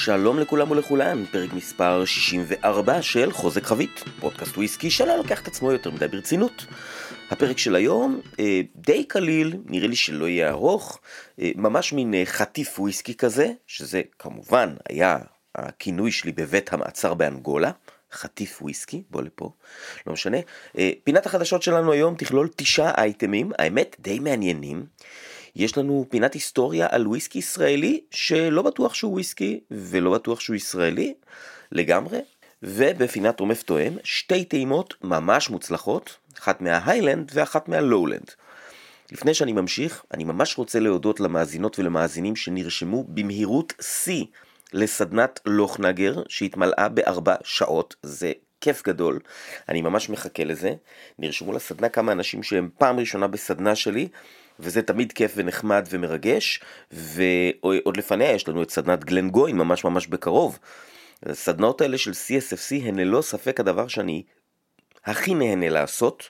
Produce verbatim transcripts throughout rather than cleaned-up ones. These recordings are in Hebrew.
שלום לכולם ולכולן, פרק מספר שישים וארבע של חוזק חבית, פודקאסט וויסקי שלא לוקח את עצמו יותר מדי ברצינות. הפרק של היום אה, די קליל, נראה לי שלא יהיה ארוך, אה, ממש מין אה, חטיף וויסקי כזה, שזה כמובן היה הכינוי שלי בבית המעצר באנגולה, חטיף וויסקי, בוא לפה, לא משנה. אה, פינת החדשות שלנו היום תכלול תשעה אייטמים, האמת די מעניינים. יש לנו פינת היסטוריה על וויסקי ישראלי, שלא בטוח שהוא וויסקי, ולא בטוח שהוא ישראלי, לגמרי. ובפינת עומף תואם, שתי טעימות ממש מוצלחות, אחת מההיילנד ואחת מהלואולנד. לפני שאני ממשיך, אני ממש רוצה להודות למאזינות ולמאזינים שנרשמו במהירות C לסדנת לוכנגר, שהתמלאה בארבע שעות, זה כיף גדול, אני ממש מחכה לזה. נרשמו לסדנה כמה אנשים שהם פעם ראשונה בסדנה שלי, וזה תמיד כיף ונחמד ומרגש, ועוד לפניה יש לנו את סדנת גלנגוין ממש ממש בקרוב. הסדנאות האלה של סי אס אף סי הן ללא ספק הדבר שאני הכי נהנה לעשות,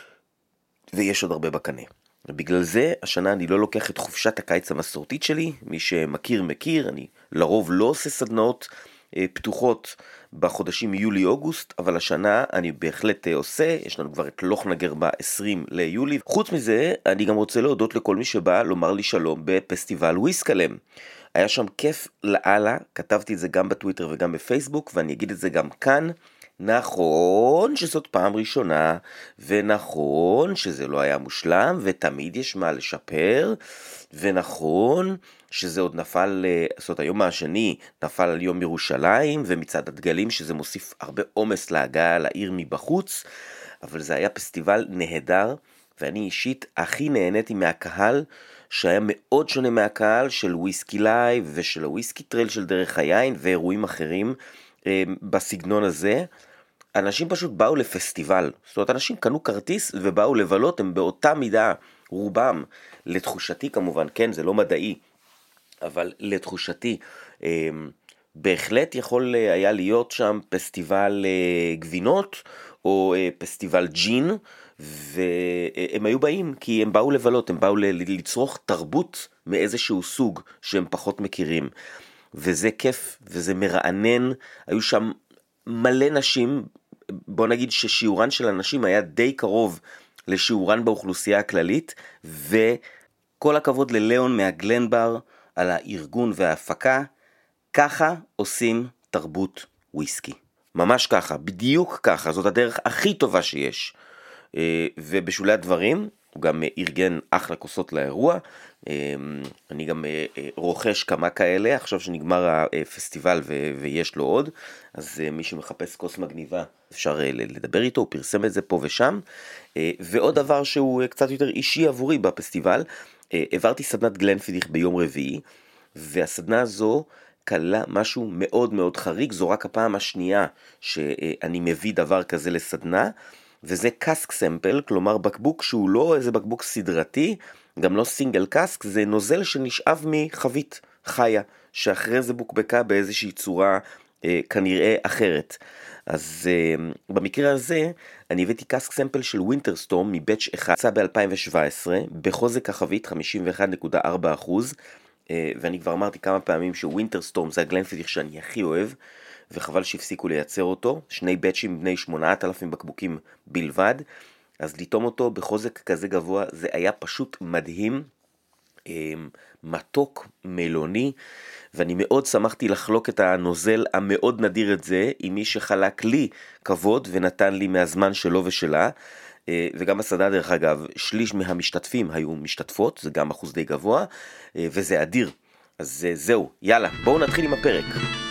ויש עוד הרבה בקנה. ובגלל זה השנה אני לא לוקח את חופשת הקיץ המסורתית שלי, מי שמכיר מכיר, אני לרוב לא עושה סדנאות פתוחות בחודשים יולי-אוגוסט, אבל השנה אני בהחלט עושה, יש לנו כבר את לוכנגר ב-עשרים ליולי. חוץ מזה, אני גם רוצה להודות לכל מי שבא לומר לי שלום בפסטיבל וויסקלם. היה שם כיף לאללה, כתבתי את זה גם בטוויטר וגם בפייסבוק, ואני אגיד את זה גם כאן. נכון שזאת פעם ראשונה, ונכון שזה לא היה מושלם, ותמיד יש מה לשפר, ונכון שזה עוד נפל, זאת היום השני נפל על יום ירושלים, ומצד הדגלים שזה מוסיף הרבה עומס להגעה לעיר מבחוץ, אבל זה היה פסטיבל נהדר, ואני אישית הכי נהניתי מהקהל, שהיה מאוד שונה מהקהל של וויסקי לייב, ושל הוויסקי טרייל של דרך היין, ואירועים אחרים בסגנון הזה. אנשים פשוט באו לפסטיבל, זאת אומרת אנשים קנו כרטיס ובאו לבלות, הם באותה מידה, רובם, לתחושתי כמובן, כן זה לא מדעי, אבל לתחושתי, בהחלט יכול היה להיות שם פסטיבל גבינות, או פסטיבל ג'ין, והם היו באים כי הם באו לבלות, הם באו לצרוך תרבות מאיזשהו סוג שהם פחות מכירים, וזה כיף וזה מרענן. היו שם מלא נשים, בוא נגיד ששיעורן של הנשים היה די קרוב לשיעורן באוכלוסייה הכללית, וכל הכבוד לליאון מהגלנבר על הארגון וההפקה. ככה עושים תרבות וויסקי, ממש ככה, בדיוק ככה, זאת הדרך הכי טובה שיש. ובשולי הדברים הוא גם ארגן אחלה כוסות לאירוע, אני גם רוכש כמה כאלה, עכשיו שנגמר הפסטיבל ויש לו עוד, אז מי שמחפש כוס מגניבה אפשר לדבר איתו, הוא פרסם את זה פה ושם. ועוד דבר שהוא קצת יותר אישי עבורי בפסטיבל, עברתי סדנת גלנפידיך ביום רביעי, והסדנה הזו כללה משהו מאוד מאוד חריג, זו רק הפעם השנייה שאני מביא דבר כזה לסדנה, וזה קאסק סמפל, כלומר בקבוק שהוא לא איזה בקבוק סדרתי, גם לא סינגל קאסק, זה נוזל שנשאב מחבית חיה, שאחרי זה בוקבקה באיזושהי צורה אה, כנראה אחרת. אז אה, במקרה הזה, אני הבאתי קאסק סמפל של ווינטרסטורם מבאץ' אחד, יצא ב-אלפיים שבע עשרה, בחוזק החבית חמישים ואחת נקודה ארבע אחוז, אה, ואני כבר אמרתי כמה פעמים שווינטרסטורם זה הגלנפידיך שאני הכי אוהב, וחבל שהפסיקו לייצר אותו, שני בצ'ים בני שמונת אלפים בקבוקים בלבד, אז לטום אותו בחוזק כזה גבוה, זה היה פשוט מדהים, מתוק, מלוני, ואני מאוד שמחתי לחלוק את הנוזל המאוד נדיר את זה, עם מי שחלק לי כבוד ונתן לי מהזמן שלו ושלה, וגם הסדה דרך אגב, שליש מהמשתתפים היו משתתפות, זה גם אחוז די גבוה, וזה אדיר. אז זהו, יאללה, בואו נתחיל עם הפרק.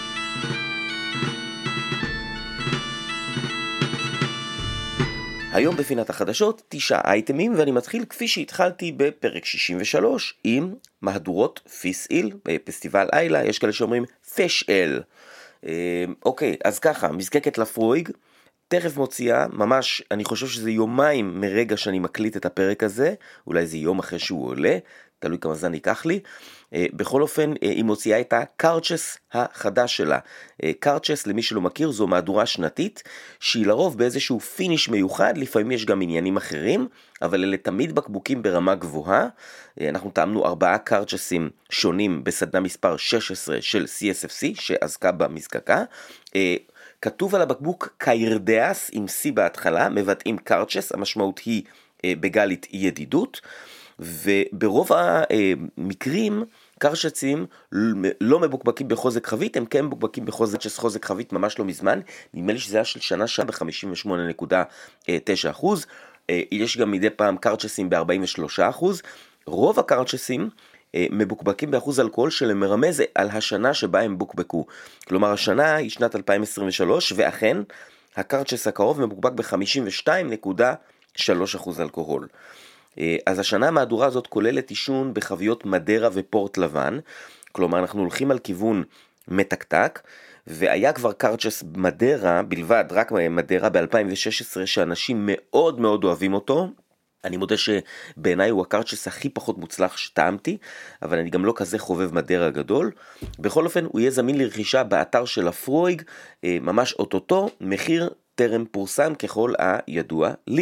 היום בפינת החדשות תשעה אייטמים, ואני מתחיל כפי שהתחלתי בפרק שישים ושלוש עם מהדורות פיס-איל בפסטיבל איילה, יש כאלה שאומרים פש-אל. אוקיי, אז ככה, מזקקת לפרויג, תכף מוציאה, ממש, אני חושב שזה יומיים מרגע שאני מקליט את הפרק הזה, אולי זה יום אחרי שהוא עולה, תלוי כמה זמן ייקח לי. בכל אופן, היא מוציאה את הקארצ'ס החדש שלה. קארצ'ס, למי שלא מכיר, זו מהדורה שנתית, שהיא לרוב באיזשהו פיניש מיוחד, לפעמים יש גם עניינים אחרים, אבל אלה תמיד בקבוקים ברמה גבוהה. אנחנו טעמנו ארבעה קארצ'סים שונים בסדנה מספר שש עשרה של סי אס אף סי, שעסקה במזקקה. כתוב על הבקבוק קיירדאס עם C בהתחלה, מבטאים קארצ'ס, המשמעות היא בגלית ידידות, וברוב המקרים קארצ'סים לא מבוקבקים בחוזק חבית, הם כן מבוקבקים בחוזק חוזק חבית ממש לא מזמן, נדמה לי שזה היה של שנה שעה ב-חמישים ושמונה נקודה תשע אחוז, יש גם מדי פעם קארצ'סים ב-ארבעים ושלושה אחוז, רוב הקארצ'סים מבוקבקים באחוז אלכוהול שלמרמז על השנה שבה הם בוקבקו, כלומר השנה היא שנת אלפיים עשרים ושלוש, ואכן הקארצ'ס הקרוב מבוקבק ב-חמישים ושתיים נקודה שלוש אחוז אלכוהול. אז השנה המהדורה הזאת כוללת עישון בחביות מדרה ופורט לבן, כלומר אנחנו הולכים על כיוון מתקתק, והיה כבר קארצ'ס מדרה בלבד, רק מדרה ב-אלפיים ושש עשרה, שאנשים מאוד מאוד אוהבים אותו. אני מודה שבעיניי הוא הקארצ'ס הכי פחות מוצלח שטעמתי, אבל אני גם לא כזה חובב מדרה גדול. בכל אופן, הוא יהיה זמין לרכישה באתר של הפרויג, ממש אוטוטו, מחיר טרם פורסם ככל הידוע לי.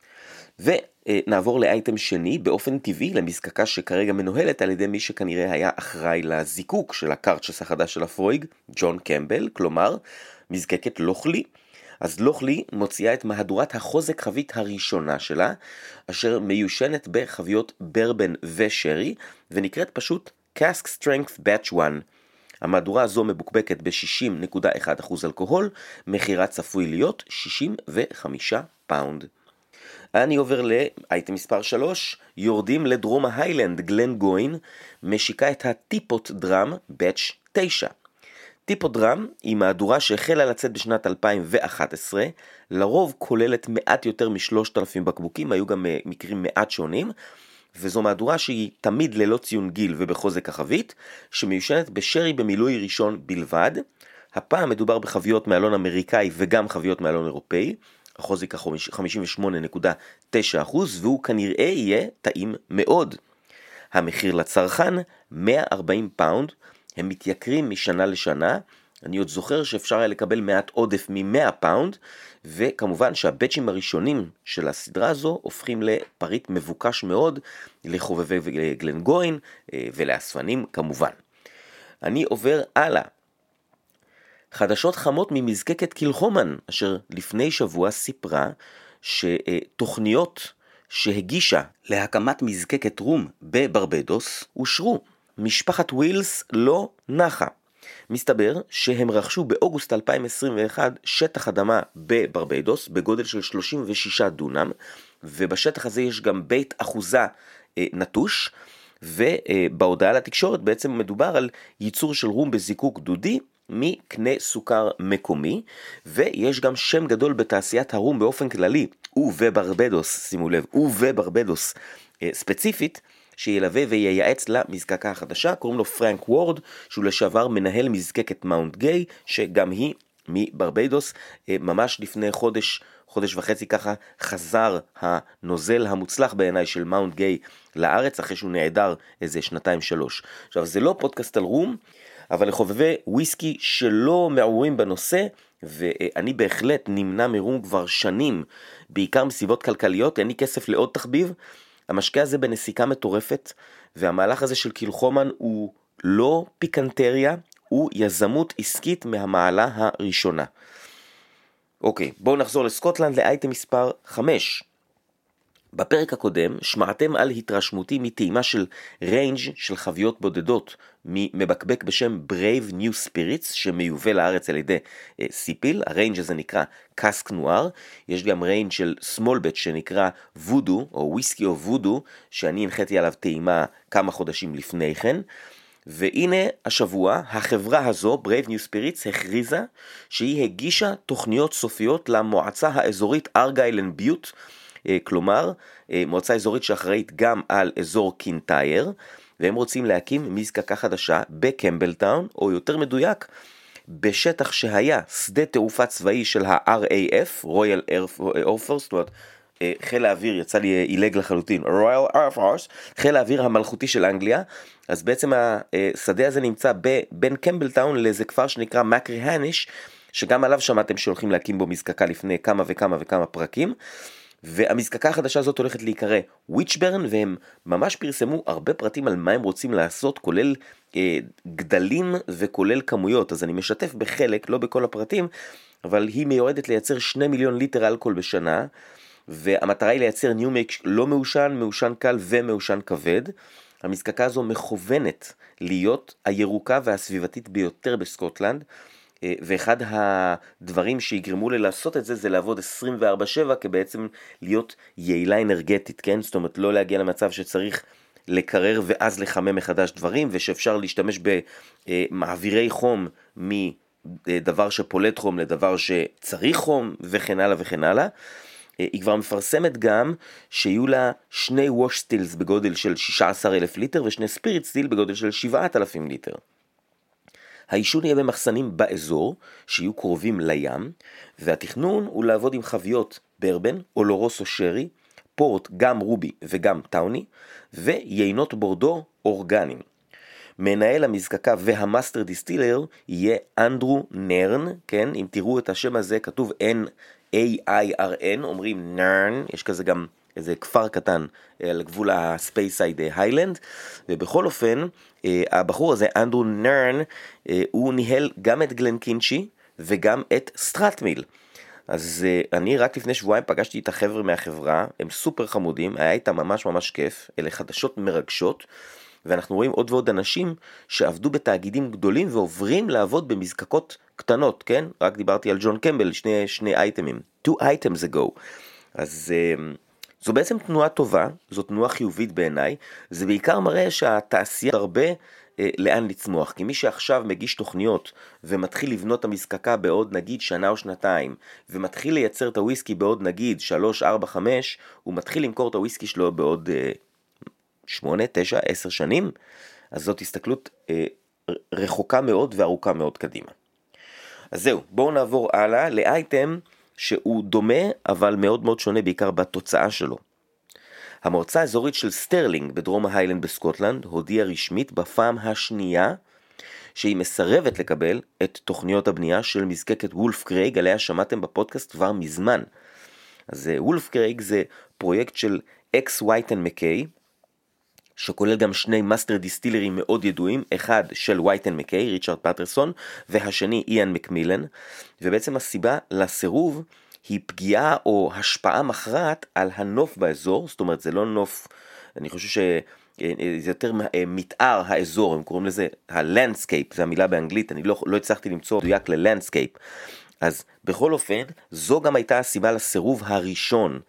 ונעבור לאייטם שני, באופן טבעי למזקקה שכרגע מנוהלת על ידי מי שכנראה היה אחראי לזיקוק של הקארצ'ס החדש של הפרויג, ג'ון קמבל, כלומר מזקקת לוכלי. אז לוכלי מוציאה את מהדורת החוזק חבית הראשונה שלה, אשר מיושנת בחביות ברבן ושרי, ונקראת פשוט Cask Strength Batch אחת. המהדורה הזו מבוקבקת ב-שישים נקודה אחת אחוז אלכוהול, מחירה צפוי להיות שישים וחמישה פאונד. אני עובר לאייטם מספר שלוש, יורדים לדרום ההיילנד, גלן גוין, משיקה את הטיפוט דראם Batch תשע. טיפוט דראם היא מהדורה שהחלה לצאת בשנת אלפיים ואחת עשרה, לרוב כוללת מעט יותר משלושת אלפים בקבוקים, היו גם מקרים מעט שונים, וזו מהדורה שהיא תמיד ללא ציון גיל ובחוזק החבית, שמיושנת בשרי במילוי ראשון בלבד. הפעם מדובר בחביות מאלון אמריקאי וגם חביות מאלון אירופאי, החוזק חמישים ושמונה נקודה תשע אחוז, והוא כנראה יהיה טעים מאוד. המחיר לצרכן מאה וארבעים פאונד, הם מתייקרים משנה לשנה, אני עוד זוכר שאפשר היה לקבל מעט עודף מ-מאה פאונד, וכמובן שהבטשים הראשונים של הסדרה הזו הופכים לפריט מבוקש מאוד לחובבי גלן גוין ולאספנים כמובן. אני עובר הלאה. חדשות חמות ממזקקת קילחומן, אשר לפני שבוע סיפרה שתוכניות שהגישה להקמת מזקקת רום בברבדוס אושרו. משפחת ווילס לא נחה. מסתבר שהם רכשו באוגוסט אלפיים עשרים ואחת שטח אדמה בברבדוס בגודל של שלושים ושישה דונם, ובשטח הזה יש גם בית אחוזה אה, נטוש, ובהודעה לתקשורת בעצם מדובר על ייצור של רום בזיקוק דודי מקנה סוכר מקומי, ויש גם שם גדול בתעשיית הרום באופן כללי, ובברבדוס, שימו לב, ובברבדוס אה, ספציפית, שילווה וייעץ למזקקה החדשה, קוראים לו פרנק וורד, שהוא לשעבר מנהל מזקקת מאונט גיי, שגם היא מברבדוס, ממש לפני חודש, חודש וחצי ככה, חזר הנוזל המוצלח בעיניי של מאונט גיי לארץ, אחרי שהוא נעדר איזה שנתיים שלוש. עכשיו, זה לא פודקאסט על רום, אבל לחובבי וויסקי שלא מעורים בנושא, ואני בהחלט נמנע מרום כבר שנים, בעיקר מסיבות כלכליות, אין לי כסף לעוד תחביב, המשקה הזה בנסיקה מטורפת, והמהלך הזה של קילחומן הוא לא פיקנטריה, הוא יזמות עסקית מהמעלה הראשונה. אוקיי, בואו נחזור לסקוטלנד לאייטם מספר חמש. בפרק הקודם שמעתם על התרשמותי מטעימה של ריינג' של חביות בודדות ממבקבק בשם Brave New Spirits שמיובא לארץ על ידי אה, סיפיל. הריינג' הזה נקרא קאסק נואר. יש גם ריינג' של סמולבט שנקרא וודו או וויסקי או וודו שאני הנחיתי עליו טעימה כמה חודשים לפני כן. והנה השבוע החברה הזו, Brave New Spirits, הכריזה שהיא הגישה תוכניות סופיות למועצה האזורית ארגייל אנד ביוט, כלומר מועצה אזורית שאחראית גם על אזור קינטייר, והם רוצים להקים מזקקה חדשה בקמבלטאון, או יותר מדויק בשטח שהיה שדה תעופה צבאי של ה-אר איי אף, Royal Air Force, זאת אומרת חיל האוויר, יצא לי עילג לחלוטין, Royal Air Force, חיל האוויר המלכותי של אנגליה. אז בעצם השדה הזה נמצא בין קמבלטאון לאיזה כפר שנקרא מקרי הניש, שגם עליו שמעתם שהולכים להקים בו מזקקה לפני כמה וכמה וכמה פרקים, והמזקקה החדשה הזאת הולכת להיקרא וויצ'ברן, והם ממש פרסמו הרבה פרטים על מה הם רוצים לעשות, כולל אה, גדלים וכולל כמויות. אז אני משתף בחלק, לא בכל הפרטים, אבל היא מיועדת לייצר שני מיליון ליטר אלכוהול בשנה, והמטרה היא לייצר ניומייק לא מעושן, מעושן קל ומעושן כבד. המזקקה הזו מכוונת להיות הירוקה והסביבתית ביותר בסקוטלנד, ואחד הדברים שיגרמו לי לעשות את זה, זה לעבוד עשרים וארבע שבע, כבעצם להיות יעילה אנרגטית, כן? זאת אומרת, לא להגיע למצב שצריך לקרר ואז לחמם מחדש דברים, ושאפשר להשתמש במעבירי חום מדבר שפולט חום לדבר שצריך חום, וכן הלאה וכן הלאה. היא כבר מפרסמת גם שיהיו לה שני ווש סטילס בגודל של שישה עשר אלף ליטר, ושני ספיריט סטיל בגודל של שבעת אלפים ליטר. העישון יהיה במחסנים באזור, שיהיו קרובים לים, והתכנון הוא לעבוד עם חביות ברבן, אולורוסו שרי, פורט גם רובי וגם טאוני, ויינות בורדו אורגנים. מנהל המזקקה והמאסטר דיסטילר יהיה אנדרו נרן, כן? אם תראו את השם הזה, כתוב N-A-I-R-N, אומרים נרן, יש כזה גם איזה כפר קטן על גבול הספייסייד היילנד, ובכל אופן, הבחור הזה, אנדרו נרן, הוא ניהל גם את גלנקינצ'י וגם את סטרטמיל. אז אני רק לפני שבועיים פגשתי את החבר'ה מהחברה, הם סופר חמודים, היה איתם ממש ממש כיף, אלה חדשות מרגשות, ואנחנו רואים עוד ועוד אנשים שעבדו בתאגידים גדולים ועוברים לעבוד במזקקות קטנות, כן? רק דיברתי על ג'ון קמבל, שני, שני אייטמים, two items ago. אז זו בעצם תנועה טובה, זו תנועה חיובית בעיניי, זה בעיקר מראה שהתעשייה הרבה אה, לאן לצמוח, כי מי שעכשיו מגיש תוכניות ומתחיל לבנות את המזקקה בעוד נגיד שנה או שנתיים, ומתחיל לייצר את הוויסקי בעוד נגיד שלוש, ארבע, חמש, הוא מתחיל למכור את הוויסקי שלו בעוד אה, שמונה, תשע, עשר שנים, אז זאת הסתכלות אה, רחוקה מאוד וארוכה מאוד קדימה. אז זהו, בואו נעבור הלאה לאייטם שהוא דומה אבל מאוד מאוד שונה בעיקר בתוצאה שלו. המועצה האזורית של סטרלינג בדרום ההיילנד בסקוטלנד הודיעה רשמית בפעם השנייה שהיא מסרבת לקבל את תוכניות הבנייה של מזקקת וולף קרייג, עליה שמעתם בפודקאסט כבר מזמן. אז וולף קרייג זה פרויקט של אקס וייטן מקיי, שכולל גם שני מאסטר דיסטילרים מאוד ידועים, אחד של וייטן מקיי, ריצ'רד פטרסון, והשני איאן מקמילן, ובעצם הסיבה לסירוב היא פגיעה או השפעה מכרעת על הנוף באזור, זאת אומרת זה לא נוף, אני חושב שזה יותר מתאר האזור, הם קוראים לזה הלנדסקייפ, זה המילה באנגלית, אני לא, לא הצלחתי למצוא מדויק ללנדסקייפ, אז בכל אופן, זו גם הייתה הסיבה לסירוב הראשון,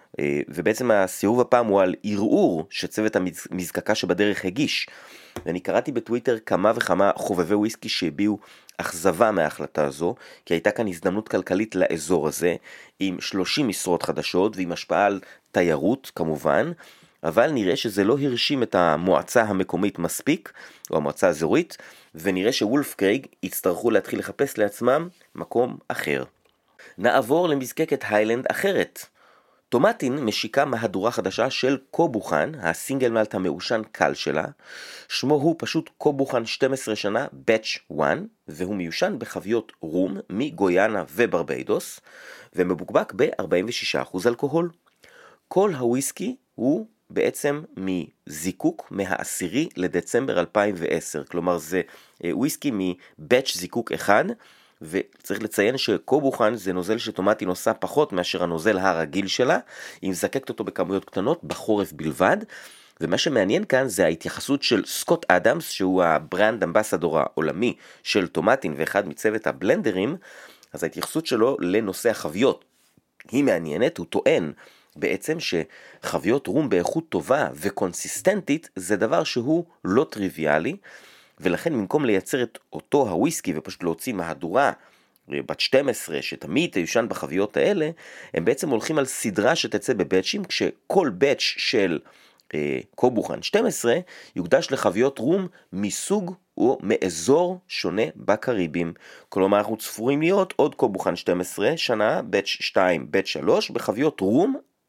ובעצם הסירוב הפעם הוא על ערעור שצוות המזקקה שבדרך הגיש. ואני קראתי בטוויטר כמה וכמה חובבי וויסקי שהביעו אכזבה מההחלטה הזו, כי הייתה כאן הזדמנות כלכלית לאזור הזה, עם שלושים משרות חדשות ועם השפעה על תיירות כמובן, אבל נראה שזה לא הרשים את המועצה המקומית מספיק, או המועצה האזורית, ונראה שוולף קרייג יצטרכו להתחיל לחפש לעצמם מקום אחר. נעבור למזקקת היילנד אחרת. טומטין משיקה מהדורה חדשה של קובוכן, הסינגל מלט המעושן קל שלה. שמו הוא פשוט קובוכן שתים עשרה שנה, Batch אחת, והוא מיושן בחביות רום מגויאנה וברביידוס, ומבוקבק ב-ארבעים ושישה אחוז אלכוהול. כל הוויסקי הוא בעצם מזיקוק מהעשירי לדצמבר אלפיים ועשר, כלומר זה וויסקי מבאץ' זיקוק אחד, וצריך לציין שקובוכן זה נוזל שטומטין עושה פחות מאשר הנוזל הרגיל שלה, היא מזקקת אותו בכמויות קטנות בחורף בלבד, ומה שמעניין כאן זה ההתייחסות של סקוט אדמס, שהוא הברנד אמבסדור העולמי של טומטין ואחד מצוות הבלנדרים, אז ההתייחסות שלו לנושא החביות היא מעניינת, הוא טוען בעצם שחביות רום באיכות טובה וקונסיסטנטית זה דבר שהוא לא טריוויאלי, ולכן במקום לייצר את אותו הוויסקי ופשוט להוציא מהדורה בת שתים עשרה שתמיד תיושן בחביות האלה, הם בעצם הולכים על סדרה שתצא בבאצ'ים, כשכל באץ' של אה, קובוכן שתים עשרה יוקדש לחביות רום מסוג או מאזור שונה בקריבים. כלומר אנחנו צפויים להיות עוד קובוכן שתים עשרה שנה, באץ' שתיים, באץ' שלוש, בחביות רום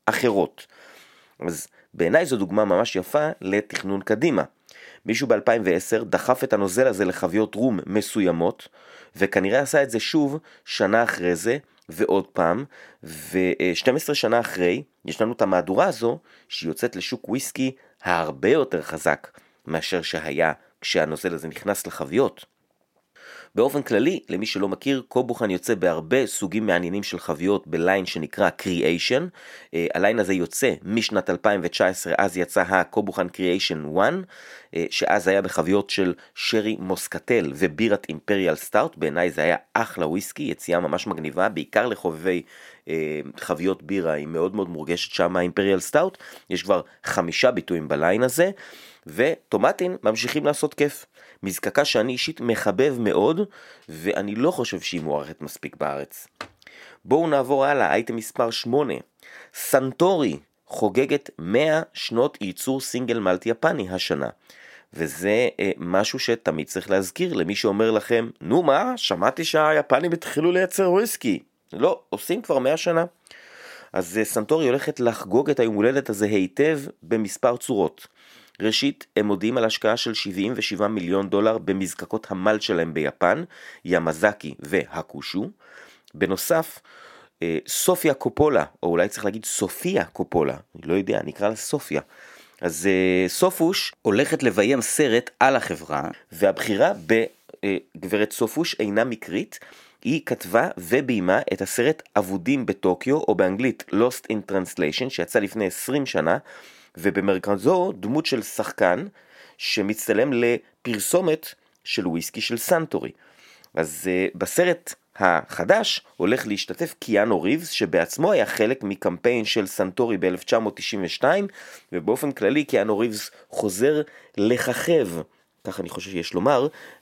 אחרות. אז בעיניי זו דוגמה ממש יפה לתכנון קדימה. מישהו ב-אלפיים ועשר דחף את הנוזל הזה לחביות רום מסוימות, וכנראה עשה את זה שוב שנה אחרי זה, ועוד פעם, ו-שתים עשרה שנה אחרי, יש לנו את המהדורה הזו, שהיא יוצאת לשוק וויסקי הרבה יותר חזק, מאשר שהיה כשהנוזל הזה נכנס לחביות. באופן כללי, למי שלא מכיר, קובוכן יוצא בהרבה סוגים מעניינים של חביות בליין שנקרא Creation. הליין הזה יוצא משנת אלפיים תשע עשרה, אז יצא הקובוכן Creation אחת, שאז היה בחביות של שרי מוסקטל ובירת אימפריאל סטארט. בעיניי זה היה אחלה וויסקי, יציאה ממש מגניבה, בעיקר לחובבי חביות בירה, היא מאוד מאוד מורגשת שם האימפריאל סטארט. יש כבר חמישה ביטויים בליין הזה, וטומטין ממשיכים לעשות כיף. מזקקה שאני אישית מחבב מאוד, ואני לא חושב שהיא מוערכת מספיק בארץ. בואו נעבור הלאה, אייטם מספר שמונה. סנטורי חוגגת מאה שנות ייצור סינגל מלט יפני השנה. וזה אה, משהו שתמיד צריך להזכיר למי שאומר לכם, נו מה, שמעתי שהיפנים התחילו לייצר וויסקי. לא, עושים כבר מאה שנה. אז אה, סנטורי הולכת לחגוג את היום הולדת הזה היטב במספר צורות. ראשית, הם מודיעים על השקעה של שבעים ושבעה מיליון דולר במזקקות המלט שלהם ביפן, ימזקי והקושו. בנוסף, סופיה קופולה, או אולי צריך להגיד סופיה קופולה, אני לא יודע, נקרא לה סופיה. אז סופוש הולכת לביים סרט על החברה, והבחירה בגברת סופוש אינה מקרית. היא כתבה וביימה את הסרט אבודים בטוקיו, או באנגלית Lost in Translation, שיצא לפני עשרים שנה, ובמרכזו דמות של שחקן שמצטלם לפרסומת של וויסקי של סנטורי. אז uh, בסרט החדש הולך להשתתף קיאנו ריבס, שבעצמו היה חלק מקמפיין של סנטורי ב-אלף תשע מאות תשעים ושתיים, ובאופן כללי קיאנו ריבס חוזר לחכב, כך אני חושב שיש לומר, uh,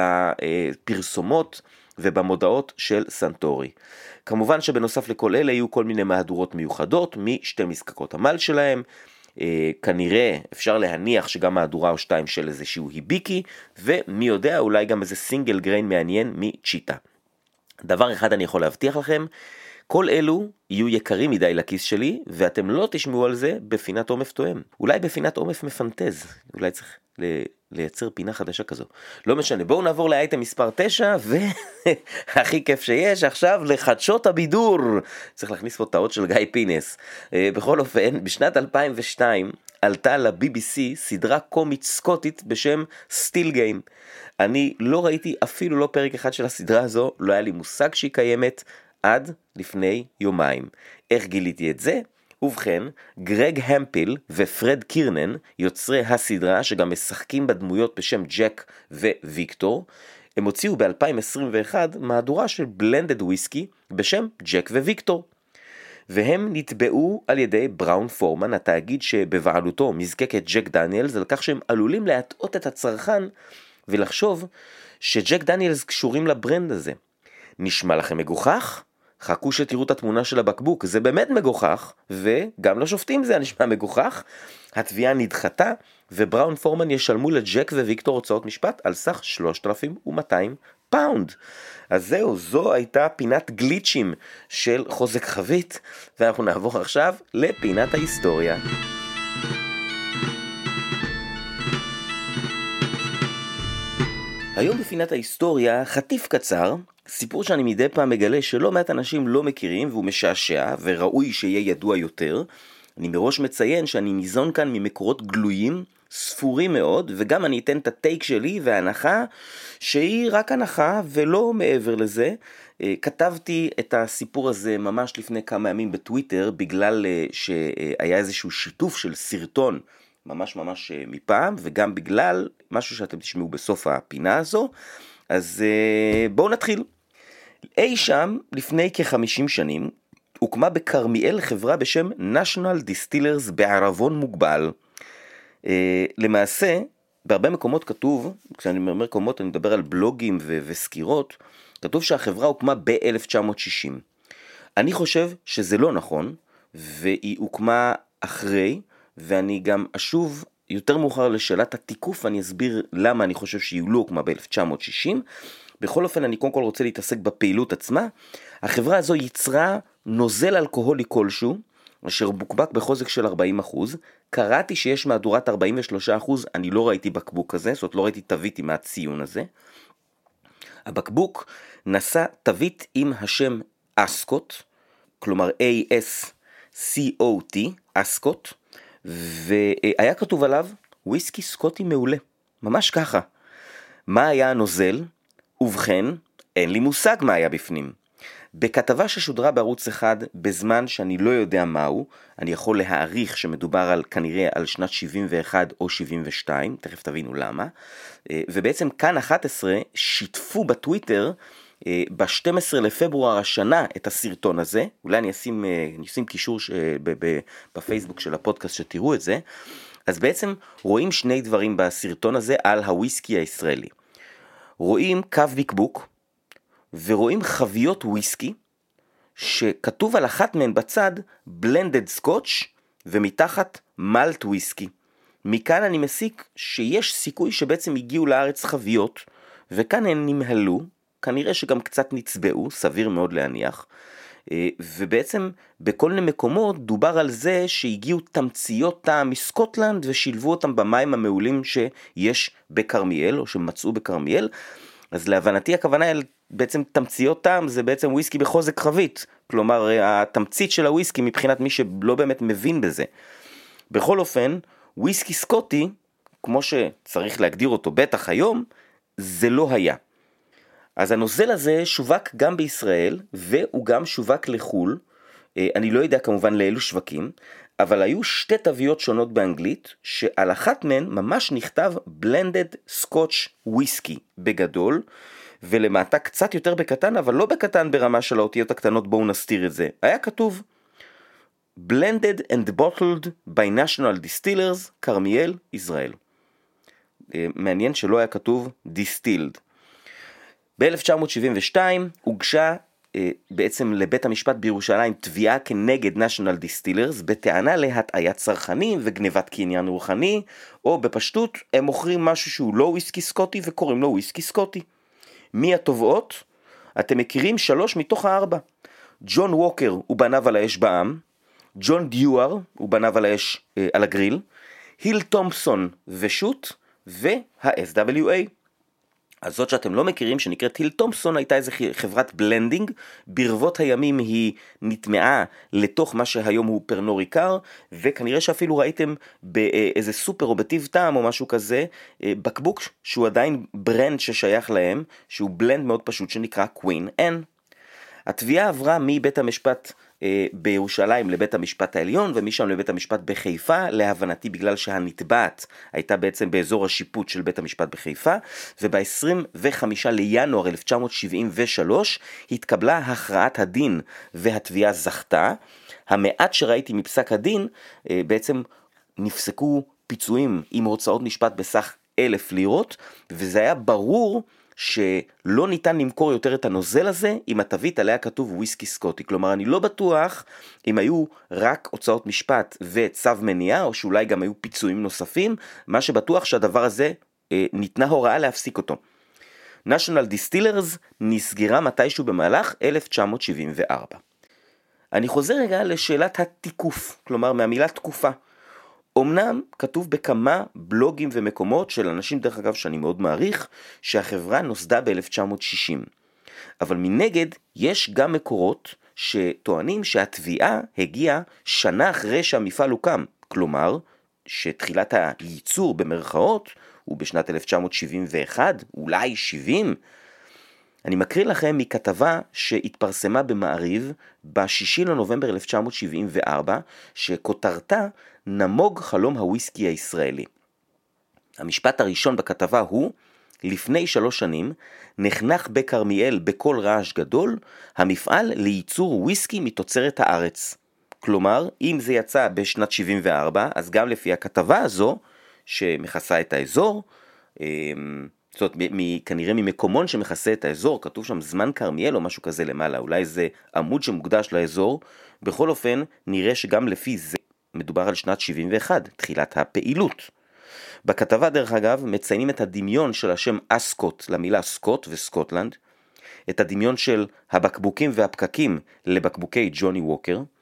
בפרסומות ובמודעות של סנטורי. כמובן שבנוסף לכל אלה יהיו כל מיני מהדורות מיוחדות משתי מזקקות המלט שלהם, אה, כנראה אפשר להניח שגם מהדורה או שתיים של איזשהו היביקי, ומי יודע אולי גם איזה סינגל גריין מעניין מצ'יטה. דבר אחד אני יכול להבטיח לכם, כל אלו יהיו יקרים מדי לכיס שלי, ואתם לא תשמעו על זה בפינת עומף תואם. אולי בפינת עומף מפנטז, אולי צריך ל... לייצר פינה חדשה כזו. לא משנה, בואו נעבור לאייטם מספר תשע, והכי כיף שיש עכשיו לחדשות הבידור. צריך להכניס פה טעות של גיא פינס. בכל אופן, בשנת אלפיים ושתיים עלתה ל-בי בי סי סדרה קומית סקוטית בשם סטיל גיים. אני לא ראיתי אפילו לא פרק אחד של הסדרה הזו, לא היה לי מושג שהיא קיימת עד לפני יומיים. איך גיליתי את זה? ובכן, גרג המפיל ופרד קירנן, יוצרי הסדרה שגם משחקים בדמויות בשם ג'ק וויקטור, הם הוציאו ב-אלפיים עשרים ואחת מהדורה של בלנדד וויסקי בשם ג'ק וויקטור. והם נתבעו על ידי בראון פורמן, התאגיד שבבעלותו מזקקת ג'ק דניאלס, על כך שהם עלולים להטעות את הצרכן ולחשוב שג'ק דניאלס קשורים לברנד הזה. נשמע לכם מגוחך? חכו שתראו את התמונה של הבקבוק, זה באמת מגוחך, וגם לשופטים זה נשמע מגוחך. התביעה נדחתה, ובראון פורמן ישלמו לג'ק וויקטור הוצאות משפט על סך שלושת אלפים ומאתיים פאונד. אז זהו, זו הייתה פינת גליצ'ים של חוזק חבית, ואנחנו נעבור עכשיו לפינת ההיסטוריה. היום בפינת ההיסטוריה, חטיף קצר, סיפור שאני מדי פעם מגלה שלא מעט אנשים לא מכירים והוא משעשע וראוי שיהיה ידוע יותר. אני מראש מציין שאני ניזון כאן ממקורות גלויים, ספורים מאוד, וגם אני אתן את הטייק שלי וההנחה שהיא רק הנחה ולא מעבר לזה. כתבתי את הסיפור הזה ממש לפני כמה ימים בטוויטר, בגלל שהיה איזשהו שיתוף של סרטון ממש ממש מפעם, וגם בגלל משהו שאתם תשמעו בסוף הפינה הזו. אז בואו נתחיל. אי שם, לפני כ-חמישים שנים, הוקמה בקרמיאל חברה בשם National Distillers בערבון מוגבל. למעשה, בהרבה מקומות כתוב, כשאני אומר מקומות אני מדבר על בלוגים ו- וסקירות, כתוב שהחברה הוקמה ב-אלף תשע מאות שישים. אני חושב שזה לא נכון, והיא הוקמה אחרי, ואני גם אשוב יותר מאוחר לשאלת התיקוף, אני אסביר למה אני חושב שהיא לא הוקמה ב-אלף תשע מאות שישים. בכל אופן, אני קודם כל רוצה להתעסק בפעילות עצמה. החברה הזו יצרה נוזל אלכוהולי כלשהו, אשר בוקבק בחוזק של ארבעים אחוז. קראתי שיש מהדורת ארבעים ושלושה אחוז, אני לא ראיתי בקבוק הזה, זאת לא ראיתי תווית עם הציון הזה. הבקבוק נשא תווית עם השם אסקוט, כלומר A S C O T, אסקוט, והיה כתוב עליו וויסקי סקוטי מעולה, ממש ככה. מה היה הנוזל? ובכן, אין לי מושג מה היה בפנים. בכתבה ששודרה בערוץ אחד בזמן שאני לא יודע מהו, אני יכול להעריך שמדובר על כנראה על שנת שבעים ואחת או שבעים ושתיים, תכף תבינו למה, ובעצם כאן אחת עשרה שיתפו בטוויטר ב-שנים עשר לפברואר השנה את הסרטון הזה, אולי אני אשים, אני אשים קישור בפייסבוק של הפודקאסט שתראו את זה. אז בעצם רואים שני דברים בסרטון הזה על הוויסקי הישראלי. רואים קו בקבוק, ורואים חביות וויסקי, שכתוב על אחת מהן בצד blended scotch, ומתחת מלט וויסקי. מכאן אני מסיק שיש סיכוי שבעצם הגיעו לארץ חביות, וכאן הן נמהלו, כנראה שגם קצת נצבעו, סביר מאוד להניח, ובעצם בכל מיני מקומות דובר על זה שהגיעו תמציות טעם מסקוטלנד, ושילבו אותם במים המעולים שיש בקרמיאל, או שמצאו בקרמיאל. אז להבנתי הכוונה אל בעצם תמציות טעם, זה בעצם וויסקי בחוזק חבית, כלומר התמצית של הוויסקי מבחינת מי שלא באמת מבין בזה. בכל אופן, וויסקי סקוטי, כמו שצריך להגדיר אותו בטח היום, זה לא היה. אז הנוזל הזה שווק גם בישראל, והוא גם שווק לחול, אני לא יודע כמובן לאלו שווקים, אבל היו שתי תוויות שונות באנגלית, שעל אחת מהן ממש נכתב blended scotch whisky בגדול, ולמטה קצת יותר בקטן, אבל לא בקטן ברמה של האותיות הקטנות, בואו נסתיר את זה. היה כתוב blended and bottled by national distillers, קרמיאל, ישראל. מעניין שלא היה כתוב distilled. ב-אלף תשע מאות שבעים ושתיים הוגשה בעצם לבית המשפט בירושלים תביעה כנגד national distillers, בטענה להטעיית צרכנים וגניבת קניין רוחני, או בפשטות הם מוכרים משהו שהוא לא וויסקי סקוטי וקוראים לו וויסקי סקוטי. מי התובעות? אתם מכירים שלוש מתוך הארבע. ג'ון ווקר הוא בניו על האש בעם, ג'ון דיואר הוא בניו על האש אה, על הגריל, היל תומפסון ושוט, וה-אס דאבליו איי. אז זאת שאתם לא מכירים, שנקראת היל תומפסון, הייתה איזו חברת בלנדינג, ברבות הימים היא נטמעה לתוך מה שהיום הוא פרנו ריקר, וכנראה שאפילו ראיתם באיזה סופר או בטיב טעם או משהו כזה, בקבוק שהוא עדיין ברנד ששייך להם, שהוא בלנד מאוד פשוט שנקרא קווין אן. התביעה עברה מבית המשפט בירושלים לבית המשפט העליון, ומשם לבית המשפט בחיפה, להבנתי בגלל שהנתבעת הייתה בעצם באזור השיפוט של בית המשפט בחיפה, וב-עשרים וחמישה לינואר אלף תשע מאות שבעים ושלוש התקבלה הכרעת הדין והתביעה זכתה. המעט שראיתי מפסק הדין, בעצם נפסקו פיצויים עם הוצאות משפט בסך אלף לירות, וזה היה ברור שלא ניתן למכור יותר את הנוזל הזה אם התווית עליה כתוב וויסקי סקוטי. כלומר, אני לא בטוח אם היו רק הוצאות משפט וצו מניעה, או שאולי גם היו פיצויים נוספים. מה שבטוח שהדבר הזה אה, ניתנה הוראה להפסיק אותו. national distillers נסגרה מתישהו במהלך אלף תשע מאות שבעים וארבע. אני חוזר רגע לשאלת התיקוף, כלומר מהמילה תקופה. אמנם כתוב בכמה בלוגים ומקומות של אנשים דרך אגב שאני מאוד מעריך, שהחברה נוסדה ב-אלף תשע מאות שישים. אבל מנגד יש גם מקורות שטוענים שהתביעה הגיעה שנה אחרי שהמפעל הוקם. כלומר, שתחילת הייצור במרכאות הוא בשנת אלף תשע מאות שבעים ואחת, אולי שבעים. אני מקריא לכם מכתבה שהתפרסמה במעריב ב-שישי לנובמבר אלף תשע מאות שבעים וארבע, שכותרתה נמוג חלום הוויסקי הישראלי. המשפט הראשון בכתבה הוא, לפני שלוש שנים נחנך בקרמיאל בכל רעש גדול המפעל לייצור וויסקי מתוצרת הארץ. כלומר, אם זה יצא בשנת שבעים וארבע, אז גם לפי הכתבה הזו שמכסה את האזור, זאת אומרת, כנראה ממקומון שמכסה את האזור, כתוב שם זמן קרמיאל או משהו כזה למעלה, אולי זה עמוד שמוקדש לאזור. בכל אופן, נראה שגם לפי זה מדובר על שנת שבעים ואחת, תחילת הפעילות. בכתבה דרך אגב מציינים את הדמיון של השם אסקוט למילה סקוט וסקוטלנד, את הדמיון של הבקבוקים והפקקים לבקבוקי ג'וני ווקר,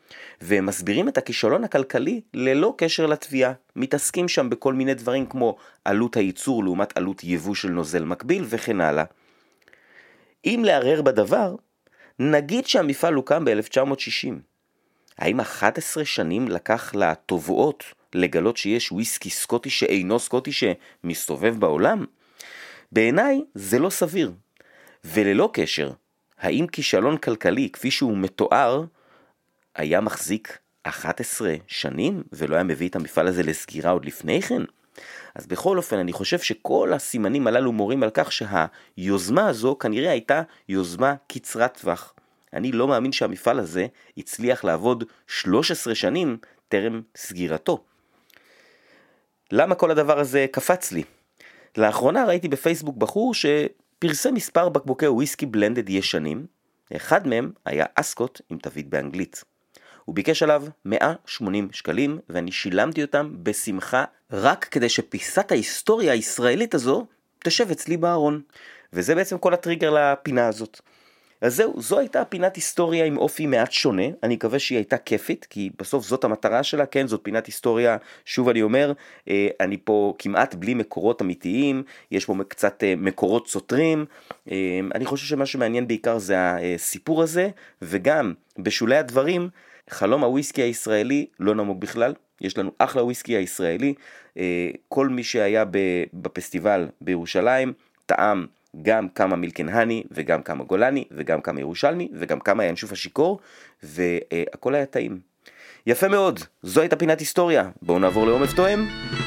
והם מסבירים את הכישלון הכלכלי ללא קשר לתביעה. מתעסקים שם בכל מיני דברים כמו עלות הייצור לעומת עלות יבוא של נוזל מקביל וכן הלאה. אם לערער בדבר, נגיד שהמפעל הוקם ב-אלף תשע מאות שישים. האם אחת עשרה שנים לקח לתובעות לגלות שיש וויסקי סקוטי שאינו סקוטי שמסתובב בעולם? בעיניי זה לא סביר. וללא קשר, האם כישלון כלכלי כפי שהוא מתואר היה מחזיק אחת עשרה שנים ולא היה מביא את המפעל הזה לסגירה עוד לפני כן? אז בכל אופן אני חושב שכל הסימנים הללו מורים על כך שהיוזמה הזו כנראה הייתה יוזמה קצרת טווח. אני לא מאמין שהמפעל הזה הצליח לעבוד שלוש עשרה שנים טרם סגירתו. למה כל הדבר הזה קפץ לי? לאחרונה ראיתי בפייסבוק בחור שפרסם מספר בקבוקי וויסקי בלנדד ישנים. אחד מהם היה אסקוט עם תווית באנגלית. הוא ביקש עליו מאה ושמונים שקלים, ואני שילמתי אותם בשמחה, רק כדי שפיסת ההיסטוריה הישראלית הזו תשב אצלי בארון. וזה בעצם כל הטריגר לפינה הזאת. אז זהו, זו הייתה פינת היסטוריה עם אופי מעט שונה. אני מקווה שהיא הייתה כיפית, כי בסוף זאת המטרה שלה. כן, זאת פינת היסטוריה, שוב אני אומר, אני פה כמעט בלי מקורות אמיתיים, יש פה קצת מקורות סותרים. אני חושב שמה שמעניין בעיקר זה הסיפור הזה, וגם בשולי הדברים, חלום הוויסקי הישראלי לא נמוג בכלל. יש לנו אחלה וויסקי הישראלי. כל מי שהיה בפסטיבל בירושלים טעם גם כמה מילקן-הני וגם כמה גולני וגם כמה ירושלמי וגם כמה ינשוף השיקור, והכל היה טעים. יפה מאוד, זו הייתה פינת היסטוריה. בואו נעבור לעומף תואם.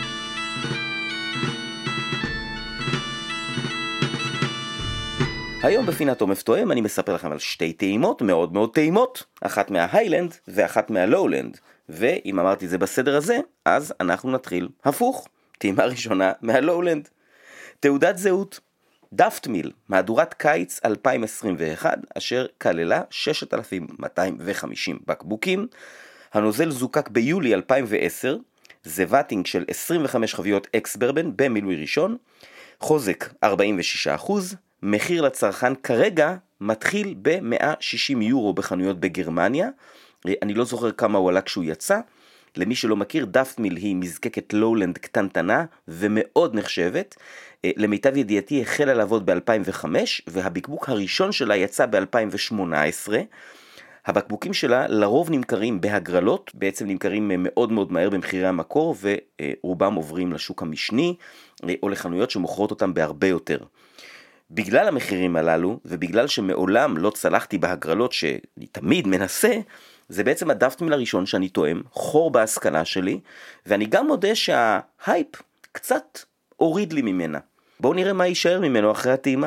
היום בפינת עומף תואם אני מספר לכם על שתי טעימות מאוד מאוד טעימות, אחת מההיילנד ואחת מהלואולנד, ואם אמרתי זה בסדר הזה, אז אנחנו נתחיל הפוך. טעימה ראשונה מהלואולנד. תעודת זהות דפטמיל, מהדורת קיץ אלפיים עשרים ואחת, אשר כללה שישת אלפים מאתיים וחמישים בקבוקים. הנוזל זוקק ביולי אלפיים ועשר, זה וטינג של עשרים וחמש חביות אקס ברבן במילוי ראשון, חוזק ארבעים ושישה אחוז, מחיר לצרכן כרגע מתחיל ב-מאה ושישים יורו בחנויות בגרמניה. אני לא זוכר כמה הוא עלה כשהוא יצא. למי שלא מכיר, דפטמיל היא מזקקת לואולנד קטנטנה ומאוד נחשבת. למיטב ידיעתי החלה לעבוד ב-אלפיים וחמש, והבקבוק הראשון שלה יצא ב-אלפיים ושמונה עשרה. הבקבוקים שלה לרוב נמכרים בהגרלות, בעצם נמכרים מאוד מאוד מהר במחירי המקור, ורובם עוברים לשוק המשני, או לחנויות שמוכרות אותם בהרבה יותר. בגלל המחירים הללו, ובגלל שמעולם לא צלחתי בהגרלות שאני תמיד מנסה, זה בעצם הדפטמיל הראשון שאני טועם, חור בהשכלה שלי, ואני גם מודה שההייפ קצת הוריד לי ממנה. בואו נראה מה יישאר ממנו אחרי הטעימה.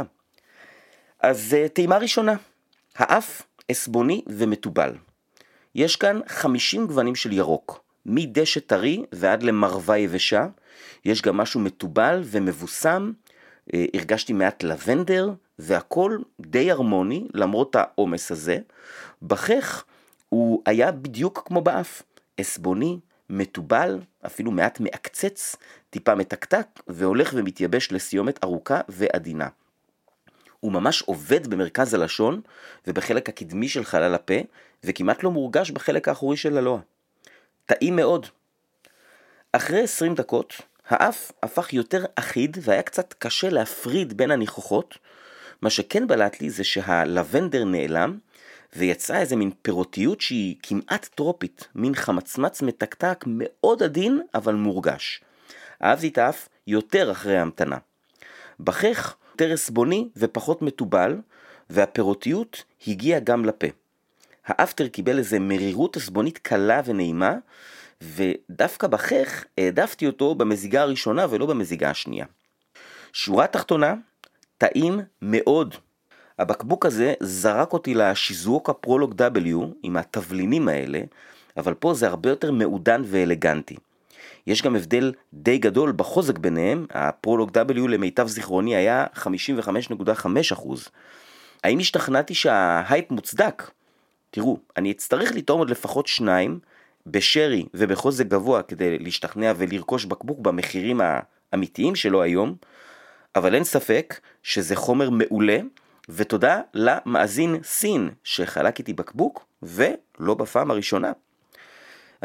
אז טעימה ראשונה, האף אסבוני ומטובל. יש כאן חמישים גוונים של ירוק, מדשא טרי ועד למרווה יבשה. יש גם משהו מטובל ומבוסם, הרגשתי מעט לבנדר, והכל די הרמוני למרות העומס הזה. בכך הוא היה בדיוק כמו באף, אסבוני, מטובל, אפילו מעט מעקצץ, טיפה מתקתק, והולך ומתייבש לסיומת ארוכה ועדינה. הוא ממש עובד במרכז הלשון, ובחלק הקדמי של חלל הפה, וכמעט לא מורגש בחלק האחורי של הלוע. טעים מאוד. אחרי עשרים דקות, האף הפך יותר אחיד, והיה קצת קשה להפריד בין הניחוחות. מה שכן בלט לי זה שהלבנדר נעלם, ויצאה איזה מין פירותיות שהיא כמעט טרופית, מין חמצמץ מתקתק מאוד עדין אבל מורגש. אהבתי את האף יותר אחרי ההמתנה. בכך יותר אסבוני ופחות מטובל, והפירותיות הגיעה גם לפה. האפטר קיבל איזה מרירות אסבונית קלה ונעימה, ודווקא בכך העדפתי אותו במזיגה הראשונה ולא במזיגה השנייה. שורה תחתונה, טעים מאוד. הבקבוק הזה זרק אותי לשיזואוקה פרולוג W עם התבלינים האלה, אבל פה זה הרבה יותר מעודן ואלגנטי. יש גם הבדל די גדול בחוזק ביניהם, הפרולוג W למיטב זיכרוני היה חמישים וחמש נקודה חמש אחוז. האם השתכנעתי שההייפ מוצדק? תראו, אני אצטרך לטעום עוד לפחות שניים בשרי ובחוזק גבוה כדי להשתכנע ולרכוש בקבוק במחירים האמיתיים שלו היום, אבל אין ספק שזה חומר מעולה, ותודה למאזין סין שחלק איתי בקבוק, ולא בפעם הראשונה.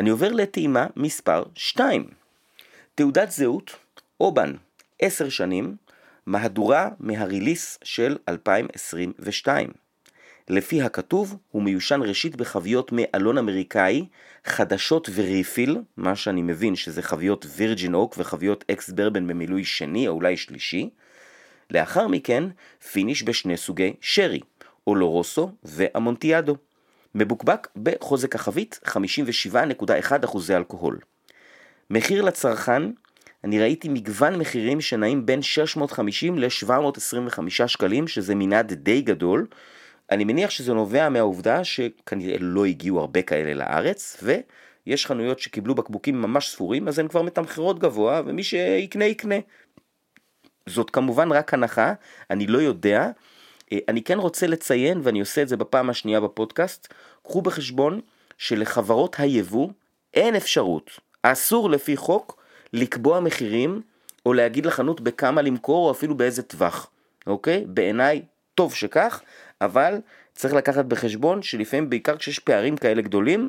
אני עובר לטעימה מספר שתיים. תעודת זהות, אובן, עשר שנים, מהדורה מהריליס של אלפיים עשרים ושתיים. לפי הכתוב, הוא מיושן ראשית בחביות מאלון אמריקאי, חדשות וריפיל, מה שאני מבין שזה חביות וירג'ין אוק וחביות אקס ברבן במילוי שני או אולי שלישי. לאחר מכן, פיניש בשני סוגי שרי, אולורוסו ואמונטיאדו. מבוקבק בחוזק החבית חמישים ושבע נקודה אחת אחוזי אלכוהול. מחיר לצרכן, אני ראיתי מגוון מחירים שנעים בין שש מאות וחמישים ל-שבע מאות עשרים וחמישה שקלים, שזה מנעד די גדול. אני מניח שזה נובע מהעובדה שכנראה לא הגיעו הרבה כאלה לארץ, ויש חנויות שקיבלו בקבוקים ממש ספורים, אז הן כבר מתמחרות גבוה, ומי שיקנה יקנה. זאת כמובן רק הנחה, אני לא יודע. אני כן רוצה לציין, ואני עושה את זה בפעם השנייה בפודקאסט, קחו בחשבון שלחברות היבוא אין אפשרות, אסור לפי חוק, לקבוע מחירים, או להגיד לחנות בכמה למכור, או אפילו באיזה טווח. אוקיי? בעיניי טוב שכך, אבל צריך לקחת בחשבון שלפעמים בעיקר כשיש פערים כאלה גדולים,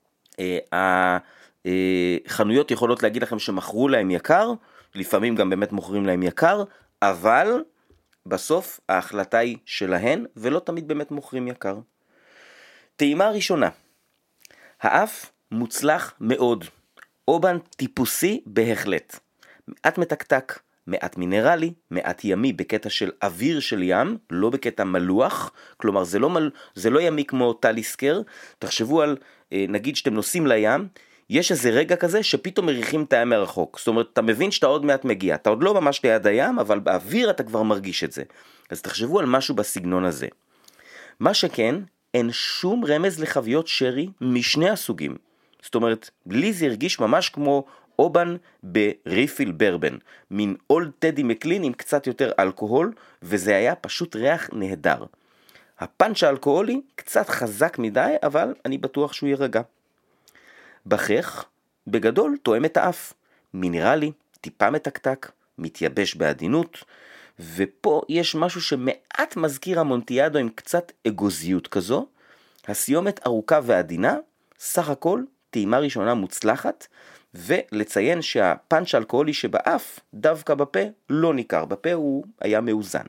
החנויות יכולות להגיד לכם שמכרו להם יקר, לפעמים גם באמת מוכרים להם יקר, אבל בסוף ההחלטה היא שלהן, ולא תמיד באמת מוכרים יקר. טעימה ראשונה, האף מוצלח מאוד, אובן טיפוסי בהחלט, מעט מתקתק, מעט מינרלי, מעט ימי בקטע של אוויר של ים, לא בקטע מלוח, כלומר זה לא, מל... זה לא ימי כמו טליסקר. תחשבו על, נגיד שאתם נוסעים לים, יש איזה רגע כזה שפתאום מריחים את הים מרחוק, זאת אומרת אתה מבין שאתה עוד מעט מגיע, אתה עוד לא ממש ליד הים, אבל באוויר אתה כבר מרגיש את זה. אז תחשבו על משהו בסגנון הזה. מה שכן, אין שום רמז לחביות שרי משני הסוגים, זאת אומרת לי זה הרגיש ממש כמו אובן בריפיל ברבן, מין אולד טדי מקלין עם קצת יותר אלכוהול, וזה היה פשוט ריח נהדר. הפאנץ' האלכוהולי קצת חזק מדי, אבל אני בטוח שהוא ירגע. בחך, בגדול תואם את האף, מינרלי, טיפה מתקתק, מתייבש בעדינות, ופה יש משהו שמעט מזכיר המונטיאדו עם קצת אגוזיות כזו, הסיומת ארוכה ועדינה, סך הכל טעימה ראשונה מוצלחת, ולציין שהפאנץ' האלכוהולי שבאף, דווקא בפה, לא ניכר, בפה הוא היה מאוזן.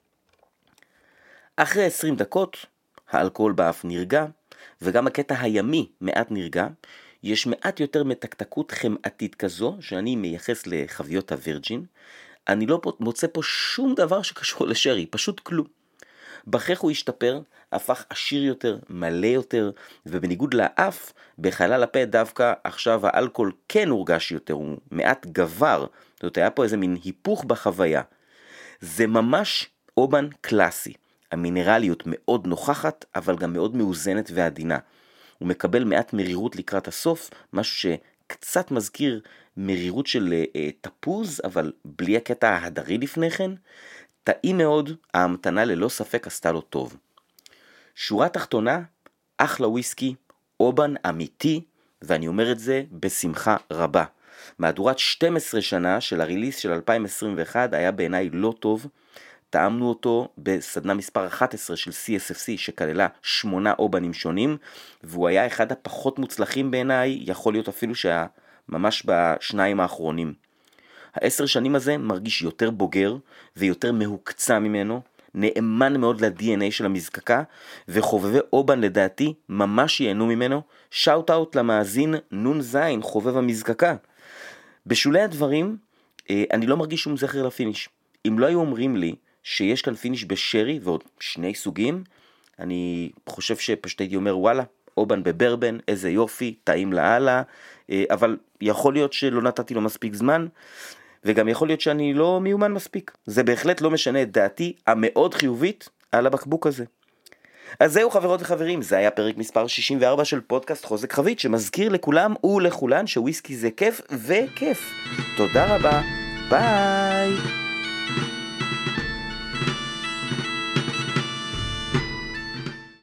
אחרי עשרים דקות, האלכוהול באף נרגע, וגם הקטע הימי מעט נרגע, יש מעט יותר מתקתקות חמאתית כזו, שאני מייחס לחביות הווירג'ין, אני לא מוצא פה שום דבר שקשור לשרי, פשוט כלום. בחך הוא השתפר, הפך עשיר יותר, מלא יותר, ובניגוד לאף, בחלל הפה דווקא עכשיו האלכוהול כן הורגש יותר, הוא מעט גבר, זאת אומרת היה פה איזה מין היפוך בחוויה. זה ממש אובן קלאסי, המינרליות מאוד נוכחת, אבל גם מאוד מאוזנת ועדינה. הוא מקבל מעט מרירות לקראת הסוף, משהו שקצת מזכיר מרירות של אה, תפוז, אבל בלי הקטע ההדרי לפני כן. טעים מאוד, ההמתנה ללא ספק עשתה לו טוב. שורה תחתונה, אחלה וויסקי, אובן אמיתי, ואני אומר את זה בשמחה רבה. מהדורת שתים עשרה שנה של הריליס של אלפיים עשרים ואחת היה בעיניי לא טוב, טעמנו אותו בסדנה מספר אחת עשרה של סי אס אף סי שכללה שמונה אובנים שונים, והוא היה אחד הפחות מוצלחים בעיניי, יכול להיות אפילו שהיה ממש בשניים האחרונים. העשר שנים הזה מרגיש יותר בוגר ויותר מהוקצה ממנו, נאמן מאוד ל-די אן איי של המזקקה, וחובבי אובן לדעתי ממש ייהנו ממנו. שאוט אאוט למאזין נון זין, חובב המזקקה. בשולי הדברים, אני לא מרגיש שום זכר לפיניש. אם לא היו אומרים לי שיש כאן פיניש בשרי ועוד שני סוגים, אני חושב שפשוט הייתי אומר וואלה, אובן בברבן, איזה יופי, טעים להלאה, אבל יכול להיות שלא נתתי לו מספיק זמן, וגם יכול להיות שאני לא מיומן מספיק. זה בהחלט לא משנה את דעתי המאוד חיובית על הבקבוק הזה. אז זהו חברות וחברים, זה היה פרק מספר שישים וארבע של פודקאסט חוזק חבית, שמזכיר לכולם ולכולן שוויסקי זה כיף וכיף. תודה רבה, ביי.